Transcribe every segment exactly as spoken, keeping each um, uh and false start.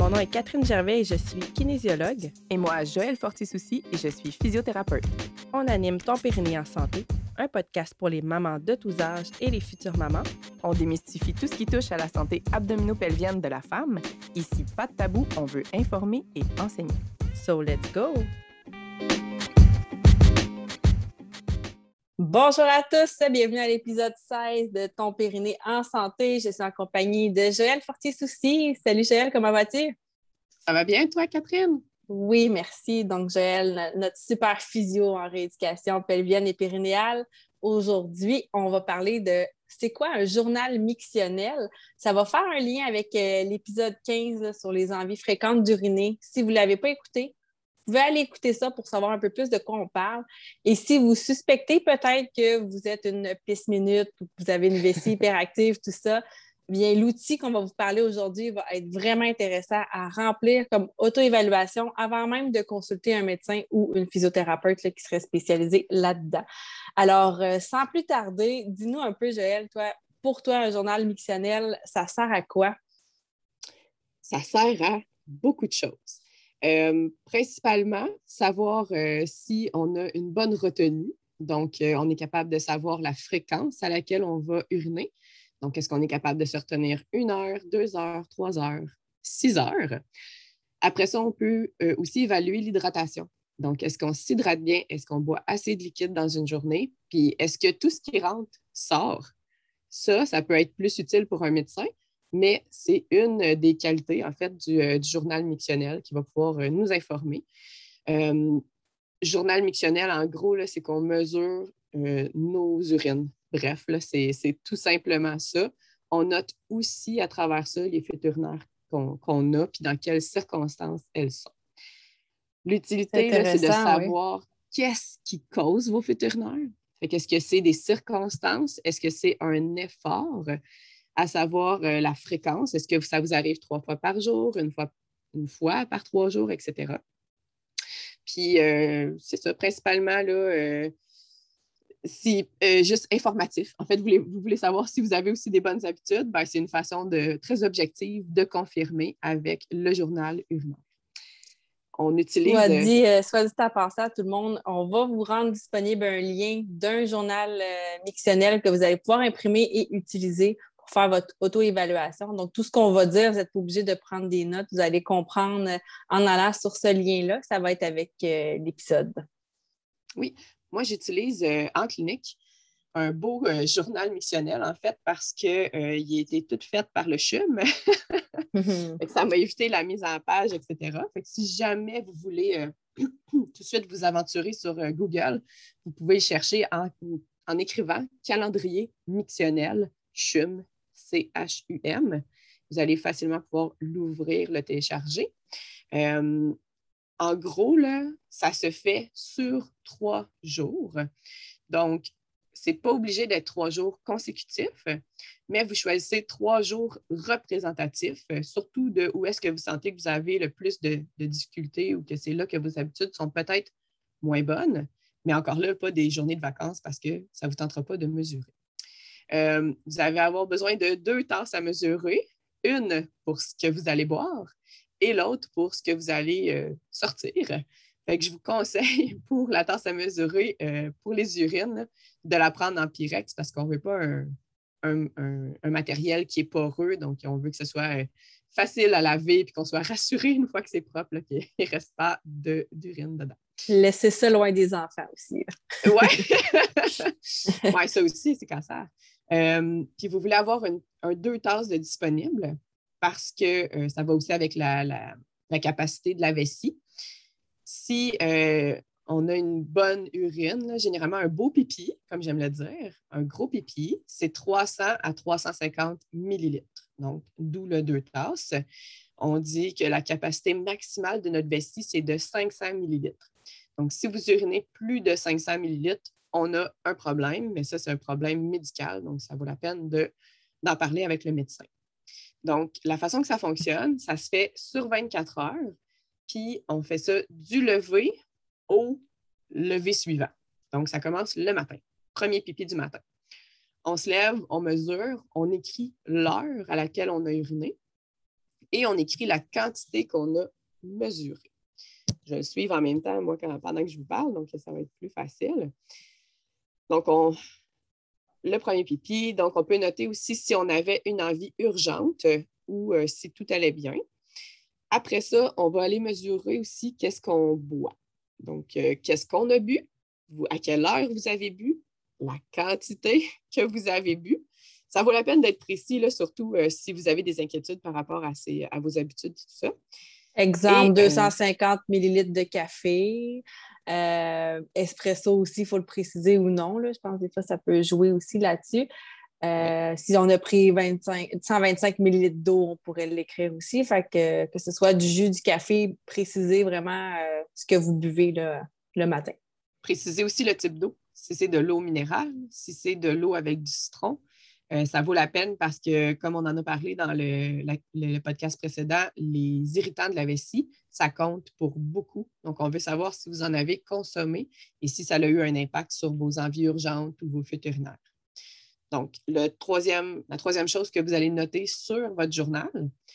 Mon nom est Catherine Gervais et je suis kinésiologue. Et moi, Joëlle Fortisouci et je suis physiothérapeute. On anime Ton Périnée en santé, un podcast pour les mamans de tous âges et les futures mamans. On démystifie tout ce qui touche à la santé abdominopelvienne de la femme. Ici, pas de tabou, on veut informer et enseigner. So let's go! Bonjour à tous, bienvenue à l'épisode seize de Ton Périnée en santé. Je suis en compagnie de Joëlle Fortisouci. Salut Joëlle, comment vas-tu? Ça va bien, toi, Catherine? Oui, merci. Donc, Joëlle, notre super physio en rééducation pelvienne et périnéale. Aujourd'hui, on va parler de c'est quoi un journal mictionnel. Ça va faire un lien avec euh, l'épisode quinze là, sur les envies fréquentes d'uriner. Si vous ne l'avez pas écouté, vous pouvez aller écouter ça pour savoir un peu plus de quoi on parle. Et si vous suspectez peut-être que vous êtes une pisse minute ou que vous avez une vessie hyperactive, tout ça, bien, l'outil qu'on va vous parler aujourd'hui va être vraiment intéressant à remplir comme auto-évaluation avant même de consulter un médecin ou une physiothérapeute là, qui serait spécialisée là-dedans. Alors, euh, sans plus tarder, dis-nous un peu, Joëlle, toi, pour toi, un journal mictionnel, ça sert à quoi? Ça sert à beaucoup de choses. Euh, principalement, savoir euh, si on a une bonne retenue. Donc, euh, on est capable de savoir la fréquence à laquelle on va uriner. Donc, est-ce qu'on est capable de se retenir une heure, deux heures, trois heures, six heures? Après ça, on peut euh, aussi évaluer l'hydratation. Donc, est-ce qu'on s'hydrate bien? Est-ce qu'on boit assez de liquide dans une journée? Puis, est-ce que tout ce qui rentre sort? Ça, ça peut être plus utile pour un médecin, mais c'est une des qualités, en fait, du, euh, du journal mictionnel qui va pouvoir euh, nous informer. Euh, journal mictionnel, en gros, là, c'est qu'on mesure euh, nos urines. Bref, là, c'est, c'est tout simplement ça. On note aussi à travers ça les fuites urinaires qu'on, qu'on a puis dans quelles circonstances elles sont. L'utilité, là, c'est de savoir oui. Qu'est-ce qui cause vos fuites urinaires. Fait qu'est-ce que c'est des circonstances? Est-ce que c'est un effort? À savoir euh, la fréquence. Est-ce que ça vous arrive trois fois par jour, une fois, une fois par trois jours, et cetera. Puis, euh, c'est ça, principalement, là, euh, c'est euh, juste informatif. En fait, vous voulez, vous voulez savoir si vous avez aussi des bonnes habitudes, ben, c'est une façon de, très objective de confirmer avec le journal urinaire. On utilise... Soit dit, euh, soit dit à penser à tout le monde, on va vous rendre disponible un lien d'un journal euh, mictionnel que vous allez pouvoir imprimer et utiliser pour faire votre auto-évaluation. Donc, tout ce qu'on va dire, vous n'êtes pas obligé de prendre des notes. Vous allez comprendre euh, en allant sur ce lien-là. Ça va être avec euh, l'épisode. Oui. Moi, j'utilise euh, en clinique un beau euh, journal mictionnel, en fait, parce qu'il euh, a été tout fait par le C H U M. Ça m'a évité la mise en page, et cetera. Fait que si jamais vous voulez euh, tout de suite vous aventurer sur euh, Google, vous pouvez chercher en, en écrivant calendrier mictionnel C H U M, C H U M. Vous allez facilement pouvoir l'ouvrir, le télécharger. Euh, en gros, là, ça se fait sur trois jours. Donc, ce n'est pas obligé d'être trois jours consécutifs, mais vous choisissez trois jours représentatifs, surtout de où est-ce que vous sentez que vous avez le plus de, de difficultés ou que c'est là que vos habitudes sont peut-être moins bonnes, mais encore là, pas des journées de vacances parce que ça ne vous tentera pas de mesurer. Euh, vous allez avoir besoin de deux tasses à mesurer, une pour ce que vous allez boire et l'autre pour ce que vous allez euh, sortir. Fait que je vous conseille pour la tasse à mesurer, euh, pour les urines, de la prendre en Pyrex parce qu'on ne veut pas un, un, un, un matériel qui est poreux. Donc, on veut que ce soit euh, facile à laver et qu'on soit rassuré une fois que c'est propre, là, qu'il ne reste pas de, d'urine dedans. Laissez ça loin des enfants aussi. Oui, ouais, ça aussi, c'est cancer. Euh, puis, vous voulez avoir une, un deux tasses de disponible parce que euh, ça va aussi avec la, la, la capacité de la vessie. Si euh, on a une bonne urine, là, généralement un beau pipi, comme j'aime le dire, un gros pipi, c'est trois cents à trois cent cinquante millilitres. Donc, d'où le deux tasses. On dit que la capacité maximale de notre vessie, c'est de cinq cents millilitres. Donc, si vous urinez plus de cinq cents millilitres, on a un problème, mais ça, c'est un problème médical. Donc, ça vaut la peine de, d'en parler avec le médecin. Donc, la façon que ça fonctionne, ça se fait sur vingt-quatre heures. Puis, on fait ça du lever au lever suivant. Donc, ça commence le matin, premier pipi du matin. On se lève, on mesure, on écrit l'heure à laquelle on a uriné et on écrit la quantité qu'on a mesurée. Je vais le suivre en même temps, moi, quand, pendant que je vous parle, donc ça va être plus facile. Donc, on, le premier pipi, donc on peut noter aussi si on avait une envie urgente ou euh, si tout allait bien. Après ça, on va aller mesurer aussi qu'est-ce qu'on boit. Donc, euh, qu'est-ce qu'on a bu, vous, à quelle heure vous avez bu, la quantité que vous avez bu. Ça vaut la peine d'être précis, là, surtout euh, si vous avez des inquiétudes par rapport à, ces, à vos habitudes et tout ça. Exemple, et, deux cent cinquante euh, millilitres de café. Euh, espresso aussi, il faut le préciser ou non. Là. Je pense que des fois, ça peut jouer aussi là-dessus. Euh, oui. Si on a pris vingt-cinq, cent vingt-cinq millilitres d'eau, on pourrait l'écrire aussi. Fait que, que ce soit du jus, du café, précisez vraiment euh, ce que vous buvez là, le matin. Précisez aussi le type d'eau. Si c'est de l'eau minérale, si c'est de l'eau avec du citron, euh, ça vaut la peine parce que, comme on en a parlé dans le, la, le podcast précédent, les irritants de la vessie, ça compte pour beaucoup. Donc, on veut savoir si vous en avez consommé et si ça a eu un impact sur vos envies urgentes ou vos fuites urinaires. Donc, le troisième, la troisième chose que vous allez noter sur votre journal,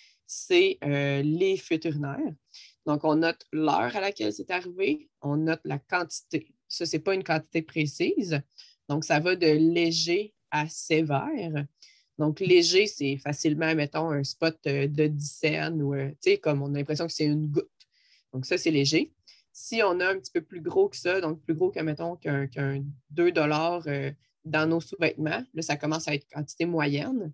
c'est euh, les fuites urinaires. Donc, on note l'heure à laquelle c'est arrivé, on note la quantité. Ça, ce n'est pas une quantité précise. Donc, ça va de léger à sévère. Donc, léger, c'est facilement, mettons, un spot de dix cents ou, tu sais, comme on a l'impression que c'est une goutte. Donc, ça, c'est léger. Si on a un petit peu plus gros que ça, donc plus gros que, mettons, qu'un, qu'un deux dollars euh, dans nos sous-vêtements, là, ça commence à être quantité moyenne.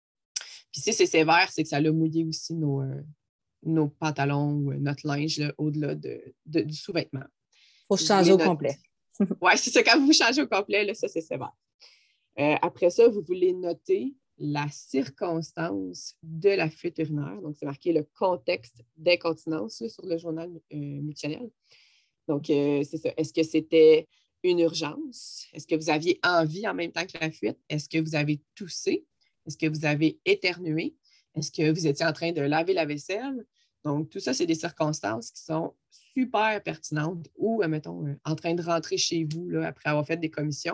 Puis si c'est sévère, c'est que ça a mouillé aussi nos, euh, nos pantalons ou notre linge là, au-delà de, de, du sous-vêtement. Il faut changer au noter... complet. Oui, c'est ça. Quand vous changez au complet, là, ça, c'est sévère. Euh, après ça, vous voulez noter la circonstance de la fuite urinaire. Donc, c'est marqué le contexte d'incontinence là, sur le journal euh, mictionnel. Donc, euh, c'est ça. Est-ce que c'était une urgence? Est-ce que vous aviez envie en même temps que la fuite? Est-ce que vous avez toussé? Est-ce que vous avez éternué? Est-ce que vous étiez en train de laver la vaisselle? Donc, tout ça, c'est des circonstances qui sont super pertinentes ou, admettons, euh, en train de rentrer chez vous là, après avoir fait des commissions.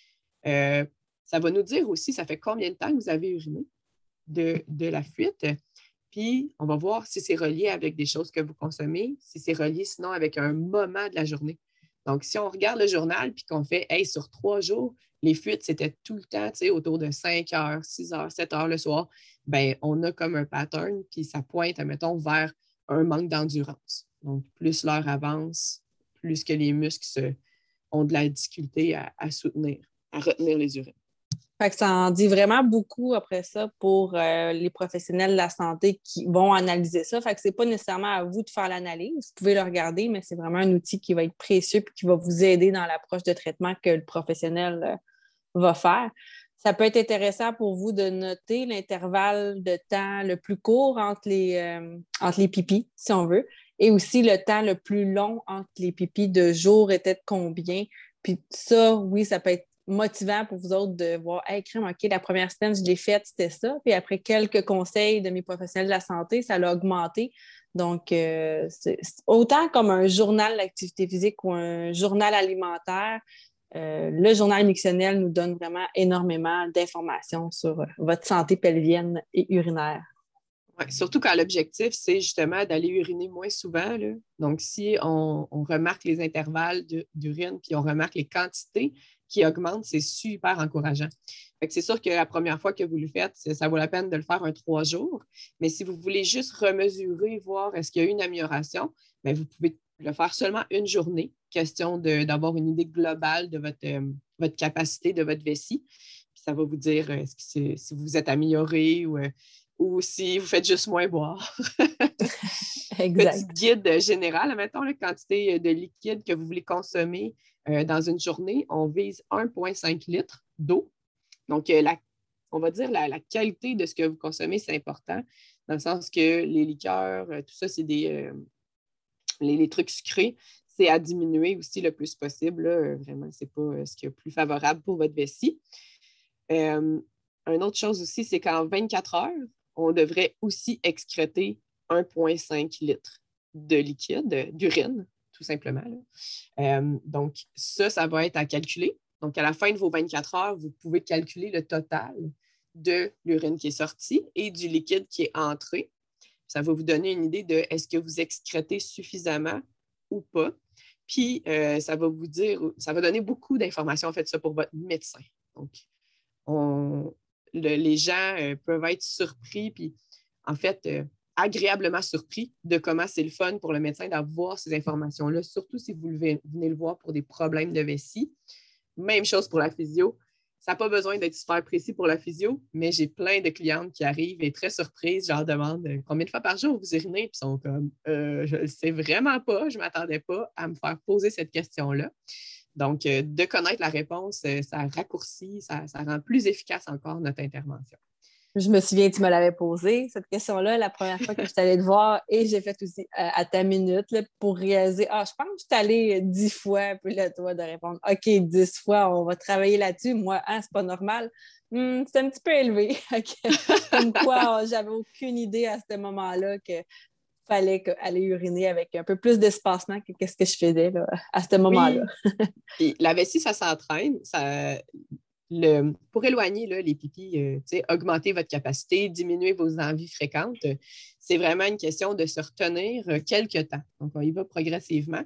Euh, ça va nous dire aussi, ça fait combien de temps que vous avez uriné de, de la fuite. Puis, on va voir si c'est relié avec des choses que vous consommez, si c'est relié sinon avec un moment de la journée. Donc, si on regarde le journal puis qu'on fait, hey, sur trois jours, les fuites, c'était tout le temps, tu sais, autour de cinq heures, six heures, sept heures le soir, bien, on a comme un pattern, puis ça pointe, admettons, vers un manque d'endurance. Donc, plus l'heure avance, plus que les muscles se, ont de la difficulté à, à soutenir, à retenir les urines. Fait que ça en dit vraiment beaucoup après ça pour euh, les professionnels de la santé qui vont analyser ça. Fait que c'est pas nécessairement à vous de faire l'analyse. Vous pouvez le regarder, mais c'est vraiment un outil qui va être précieux et qui va vous aider dans l'approche de traitement que le professionnel euh, va faire. Ça peut être intéressant pour vous de noter l'intervalle de temps le plus court entre les, euh, entre les pipis, si on veut, et aussi le temps le plus long entre les pipis de jour était de combien. Puis ça, oui, ça peut être motivant pour vous autres de voir, hey, crème, OK, la première semaine, je l'ai faite, c'était ça. Puis après quelques conseils de mes professionnels de la santé, ça l'a augmenté. Donc, euh, c'est, c'est autant comme un journal d'activité physique ou un journal alimentaire, euh, le journal mictionnel nous donne vraiment énormément d'informations sur euh, votre santé pelvienne et urinaire. Ouais, surtout quand l'objectif, c'est justement d'aller uriner moins souvent. Là. Donc, si on, on remarque les intervalles de, d'urine puis on remarque les quantités qui augmentent, c'est super encourageant. Fait que c'est sûr que la première fois que vous le faites, ça vaut la peine de le faire un trois jours. Mais si vous voulez juste remesurer, voir est-ce qu'il y a eu une amélioration, bien, vous pouvez le faire seulement une journée, question de, d'avoir une idée globale de votre, euh, votre capacité, de votre vessie. Puis ça va vous dire est-ce que c'est, si vous vous êtes amélioré ou... Euh, ou si vous faites juste moins boire. Exact. Petit guide général, mettons la quantité de liquide que vous voulez consommer euh, dans une journée. On vise un virgule cinq litres d'eau. Donc, euh, la, on va dire la, la qualité de ce que vous consommez, c'est important, dans le sens que les liqueurs, euh, tout ça, c'est des euh, les, les trucs sucrés, c'est à diminuer aussi le plus possible. Là. Vraiment, ce n'est pas euh, ce qui est plus favorable pour votre vessie. Euh, une autre chose aussi, c'est qu'en vingt-quatre heures, on devrait aussi excréter un virgule cinq litres de liquide, d'urine, tout simplement. Euh, donc, ça, ça va être à calculer. Donc, à la fin de vos vingt-quatre heures, vous pouvez calculer le total de l'urine qui est sortie et du liquide qui est entré. Ça va vous donner une idée de est-ce que vous excrétez suffisamment ou pas. Puis, euh, ça va vous dire, ça va donner beaucoup d'informations, en fait, ça pour votre médecin. Donc, on, le, les gens euh, peuvent être surpris, puis en fait, euh, agréablement surpris de comment c'est le fun pour le médecin d'avoir ces informations-là, surtout si vous venez le voir pour des problèmes de vessie. Même chose pour la physio. Ça n'a pas besoin d'être super précis pour la physio, mais j'ai plein de clientes qui arrivent et très surprises. Je leur demande combien de fois par jour vous urinez, puis ils sont comme euh, je ne le sais vraiment pas, je ne m'attendais pas à me faire poser cette question-là. Donc, euh, de connaître la réponse, euh, ça raccourcit, ça, ça rend plus efficace encore notre intervention. Je me souviens, tu me l'avais posée, cette question-là, la première fois que je suis allée te voir, et j'ai fait aussi à, à ta minute là, pour réaliser, ah, je pense que je suis allée dix fois, puis là, toi, de répondre, OK, dix fois, on va travailler là-dessus. Moi, hein, c'est pas normal. Hum, c'est un petit peu élevé. Comme quoi, j'avais aucune idée à ce moment-là que fallait aller uriner avec un peu plus d'espacement que ce que je faisais là, à ce moment-là. Oui. Puis la vessie, ça s'entraîne. Ça... Le, pour éloigner là, les pipis, euh, augmenter votre capacité, diminuer vos envies fréquentes, euh, c'est vraiment une question de se retenir euh, quelques temps. Donc, on y va progressivement.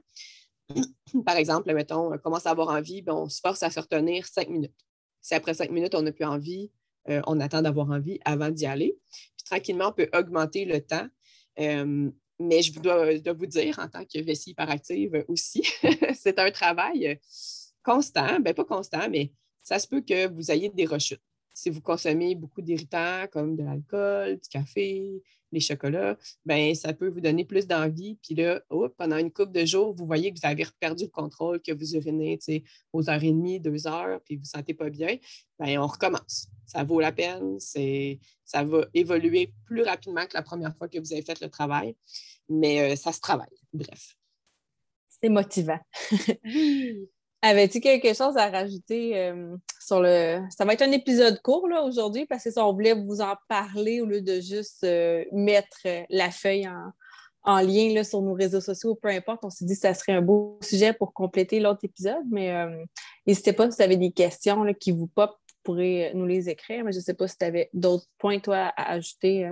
Par exemple, mettons, on commence à avoir envie, ben, on se force à se retenir cinq minutes. Si après cinq minutes, on n'a plus envie, euh, on attend d'avoir envie avant d'y aller. Puis tranquillement, on peut augmenter le temps. Euh, mais je dois, je dois vous dire, en tant que vessie hyperactive aussi, c'est un travail constant, bien pas constant, mais ça se peut que vous ayez des rechutes. Si vous consommez beaucoup d'irritants comme de l'alcool, du café, les chocolats, bien, ça peut vous donner plus d'envie. Puis là, oh, pendant une couple de jours, vous voyez que vous avez perdu le contrôle, que vous urinez aux heures et demie, deux heures, puis vous ne vous sentez pas bien. Bien, on recommence. Ça vaut la peine. C'est, ça va évoluer plus rapidement que la première fois que vous avez fait le travail, mais euh, ça se travaille. Bref. C'est motivant. Oui. Avais-tu quelque chose à rajouter euh, sur le... Ça va être un épisode court là, aujourd'hui parce que ça, on voulait vous en parler au lieu de juste euh, mettre la feuille en, en lien là, sur nos réseaux sociaux, peu importe. On s'est dit que ça serait un beau sujet pour compléter l'autre épisode, mais euh, n'hésitez pas si vous avez des questions là, qui vous pop, vous pourrez nous les écrire. Mais je ne sais pas si tu avais d'autres points, toi, à ajouter. Euh,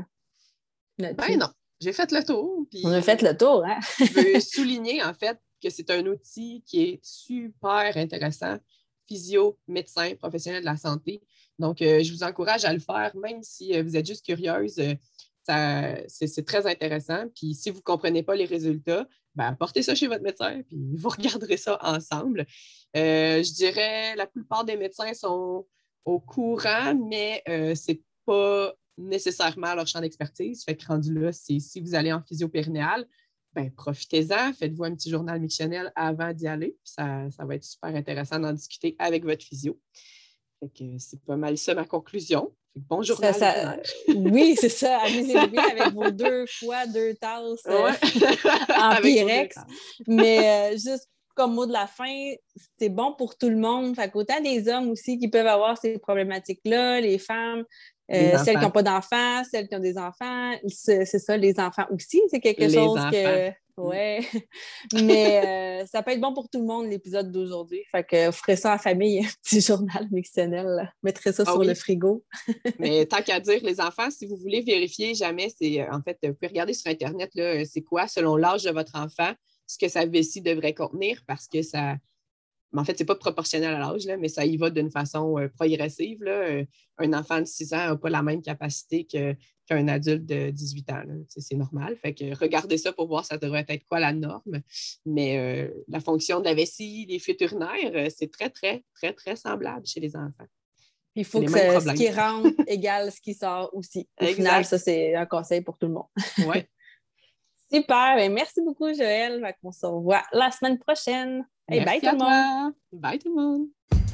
ben non, j'ai fait le tour. Puis on a fait le tour, hein? Je veux souligner, en fait, que c'est un outil qui est super intéressant, physio, médecin, professionnel de la santé. Donc, euh, je vous encourage à le faire, même si euh, vous êtes juste curieuse. Euh, ça, c'est, c'est très intéressant. Puis, si vous ne comprenez pas les résultats, ben, apportez ça chez votre médecin, puis vous regarderez ça ensemble. Euh, je dirais la plupart des médecins sont au courant, mais euh, ce n'est pas nécessairement leur champ d'expertise. Fait que rendu là, c'est si vous allez en physio-périnéale, ben, profitez-en, faites-vous un petit journal mictionnel avant d'y aller. Puis ça, ça va être super intéressant d'en discuter avec votre physio. Fait que c'est pas mal ça ma conclusion. Fait que bon journal. Ça, ça... Oui, c'est ça. Amusez-vous bien avec vos deux fois deux tasses euh, ouais. en Pyrex. Mais euh, juste comme mot de la fin, c'est bon pour tout le monde. Fait qu'autant des hommes aussi qui peuvent avoir ces problématiques-là, les femmes, Euh, celles qui n'ont pas d'enfants, celles qui ont des enfants, c'est, c'est ça, les enfants aussi, c'est quelque les chose enfants. que... Ouais, mais euh, ça peut être bon pour tout le monde, l'épisode d'aujourd'hui. Fait que vous ferez ça en famille, un petit journal mictionnel, mettrez ça ah, sur oui. le frigo. Mais tant qu'à dire, les enfants, si vous voulez vérifier jamais, c'est en fait, vous pouvez regarder sur Internet, là, c'est quoi, selon l'âge de votre enfant, ce que sa vessie devrait contenir, parce que ça... En fait, ce n'est pas proportionnel à l'âge, là, mais ça y va d'une façon euh, progressive. Là. Euh, un enfant de six ans n'a pas la même capacité que, qu'un adulte de dix-huit ans. Là. C'est normal. Fait que regardez ça pour voir ça devrait être quoi la norme. Mais euh, la fonction de la vessie, les fuites urinaires, euh, c'est très, très, très, très semblable chez les enfants. Il faut que ça, ce qui rentre égale ce qui sort aussi. Au exact. Final, ça, c'est un conseil pour tout le monde. Oui. Super. Bien, merci beaucoup, Joëlle. On se revoit la semaine prochaine. Hey, bye tout le monde! Bye tout le monde!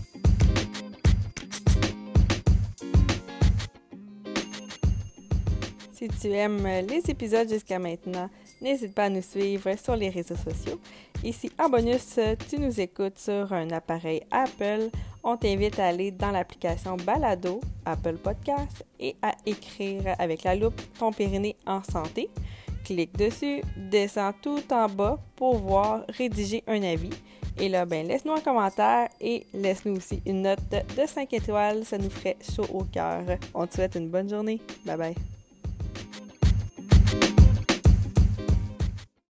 Si tu aimes les épisodes jusqu'à maintenant, n'hésite pas à nous suivre sur les réseaux sociaux. Et si en bonus, tu nous écoutes sur un appareil Apple, on t'invite à aller dans l'application Balado, Apple Podcast, et à écrire avec la loupe ton périnée en santé. Clique dessus, descends tout en bas pour voir rédiger un avis. Et là, ben, laisse-nous un commentaire et laisse-nous aussi une note de cinq étoiles. Ça nous ferait chaud au cœur. On te souhaite une bonne journée. Bye bye.